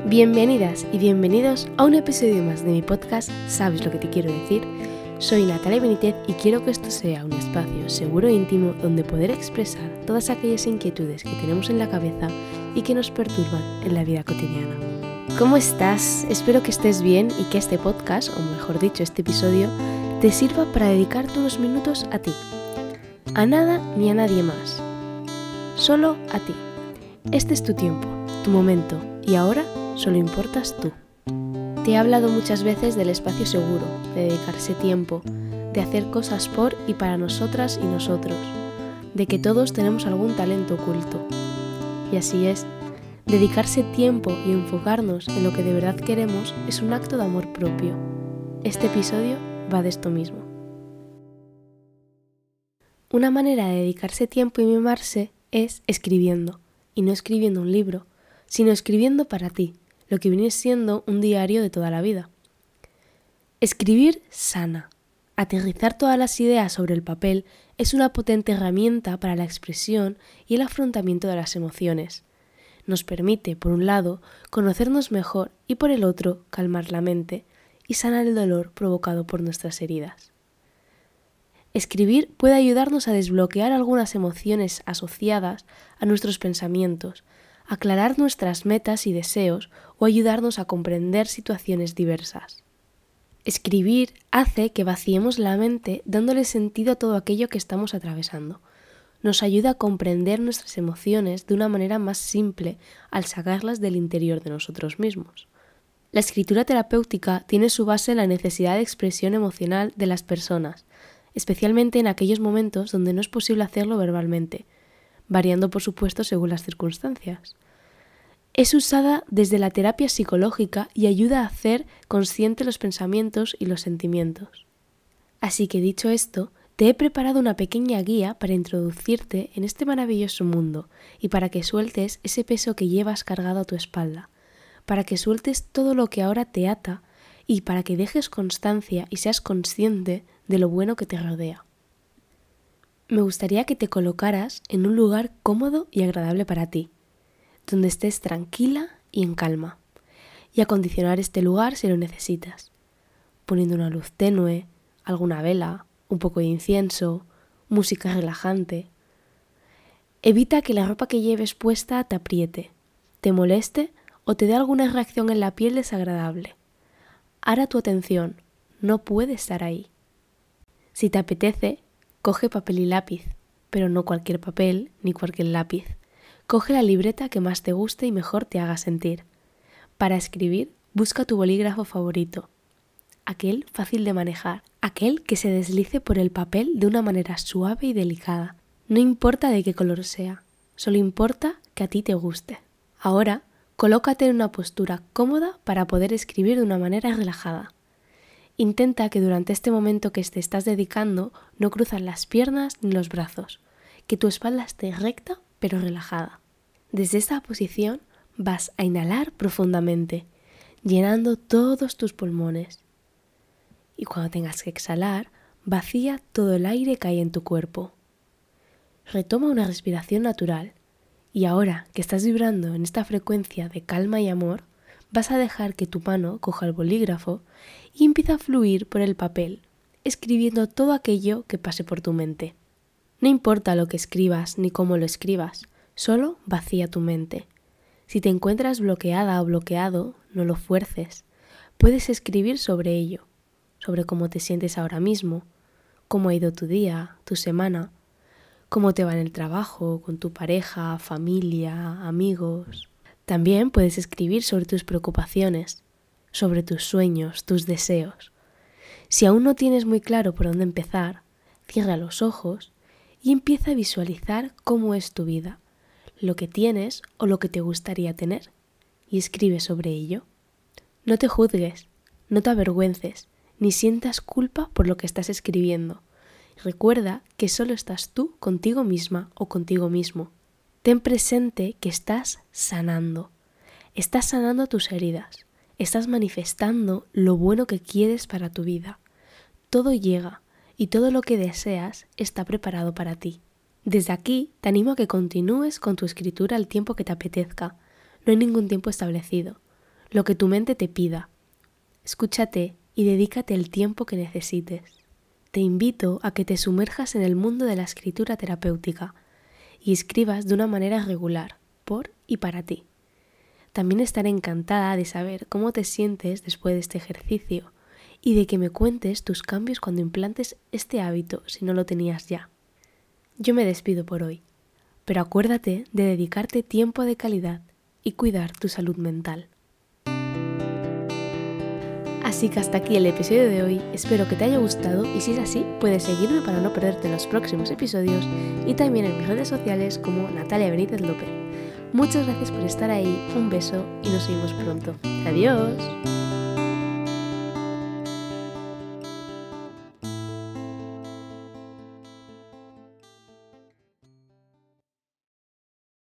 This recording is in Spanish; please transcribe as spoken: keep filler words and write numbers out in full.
Bienvenidas y bienvenidos a un episodio más de mi podcast ¿Sabes lo que te quiero decir? Soy Natalia Benítez y quiero que esto sea un espacio seguro e íntimo donde poder expresar todas aquellas inquietudes que tenemos en la cabeza y que nos perturban en la vida cotidiana. ¿Cómo estás? Espero que estés bien y que este podcast, o mejor dicho este episodio, te sirva para dedicarte unos minutos a ti. A nada ni a nadie más. Solo a ti. Este es tu tiempo, tu momento y ahora solo importas tú. Te he hablado muchas veces del espacio seguro, de dedicarse tiempo, de hacer cosas por y para nosotras y nosotros, de que todos tenemos algún talento oculto. Y así es, dedicarse tiempo y enfocarnos en lo que de verdad queremos es un acto de amor propio. Este episodio va de esto mismo. Una manera de dedicarse tiempo y mimarse es escribiendo, y no escribiendo un libro, sino escribiendo para ti, lo que viene siendo un diario de toda la vida. Escribir sana. Aterrizar todas las ideas sobre el papel es una potente herramienta para la expresión y el afrontamiento de las emociones. Nos permite, por un lado, conocernos mejor y por el otro, calmar la mente y sanar el dolor provocado por nuestras heridas. Escribir puede ayudarnos a desbloquear algunas emociones asociadas a nuestros pensamientos, aclarar nuestras metas y deseos o ayudarnos a comprender situaciones diversas. Escribir hace que vaciemos la mente dándole sentido a todo aquello que estamos atravesando. Nos ayuda a comprender nuestras emociones de una manera más simple al sacarlas del interior de nosotros mismos. La escritura terapéutica tiene su base en la necesidad de expresión emocional de las personas, especialmente en aquellos momentos donde no es posible hacerlo verbalmente, variando por supuesto según las circunstancias. Es usada desde la terapia psicológica y ayuda a hacer consciente los pensamientos y los sentimientos. Así que dicho esto, te he preparado una pequeña guía para introducirte en este maravilloso mundo y para que sueltes ese peso que llevas cargado a tu espalda, para que sueltes todo lo que ahora te ata y para que dejes constancia y seas consciente de lo bueno que te rodea. Me gustaría que te colocaras en un lugar cómodo y agradable para ti, donde estés tranquila y en calma, y acondicionar este lugar si lo necesitas, poniendo una luz tenue, alguna vela, un poco de incienso, música relajante. Evita que la ropa que lleves puesta te apriete, te moleste o te dé alguna reacción en la piel desagradable. Ahora tu atención no puede estar ahí. Si te apetece, coge papel y lápiz, pero no cualquier papel ni cualquier lápiz. Coge la libreta que más te guste y mejor te haga sentir. Para escribir, busca tu bolígrafo favorito, aquel fácil de manejar, aquel que se deslice por el papel de una manera suave y delicada. No importa de qué color sea, solo importa que a ti te guste. Ahora, colócate en una postura cómoda para poder escribir de una manera relajada. Intenta que durante este momento que te estás dedicando no cruzas las piernas ni los brazos, que tu espalda esté recta pero relajada. Desde esta posición vas a inhalar profundamente, llenando todos tus pulmones. Y cuando tengas que exhalar, vacía todo el aire que hay en tu cuerpo. Retoma una respiración natural y ahora que estás vibrando en esta frecuencia de calma y amor, vas a dejar que tu mano coja el bolígrafo y empieza a fluir por el papel, escribiendo todo aquello que pase por tu mente. No importa lo que escribas ni cómo lo escribas, solo vacía tu mente. Si te encuentras bloqueada o bloqueado, no lo fuerces. Puedes escribir sobre ello, sobre cómo te sientes ahora mismo, cómo ha ido tu día, tu semana, cómo te va en el trabajo, con tu pareja, familia, amigos. También puedes escribir sobre tus preocupaciones, sobre tus sueños, tus deseos. Si aún no tienes muy claro por dónde empezar, cierra los ojos y empieza a visualizar cómo es tu vida, lo que tienes o lo que te gustaría tener, y escribe sobre ello. No te juzgues, no te avergüences, ni sientas culpa por lo que estás escribiendo. Recuerda que solo estás tú contigo misma o contigo mismo. Ten presente que estás sanando. Estás sanando tus heridas. Estás manifestando lo bueno que quieres para tu vida. Todo llega y todo lo que deseas está preparado para ti. Desde aquí te animo a que continúes con tu escritura el tiempo que te apetezca. No hay ningún tiempo establecido. lo que tu mente te pida. Escúchate y dedícate el tiempo que necesites. Te invito a que te sumerjas en el mundo de la escritura terapéutica y escribas de una manera regular, por y para ti. También estaré encantada de saber cómo te sientes después de este ejercicio y de que me cuentes tus cambios cuando implantes este hábito si no lo tenías ya. Yo me despido por hoy, pero acuérdate de dedicarte tiempo de calidad y cuidar tu salud mental. Así que hasta aquí el episodio de hoy, espero que te haya gustado y si es así, puedes seguirme para no perderte los próximos episodios y también en mis redes sociales como Natalia Benítez López. Muchas gracias por estar ahí, un beso y nos vemos pronto. ¡Adiós!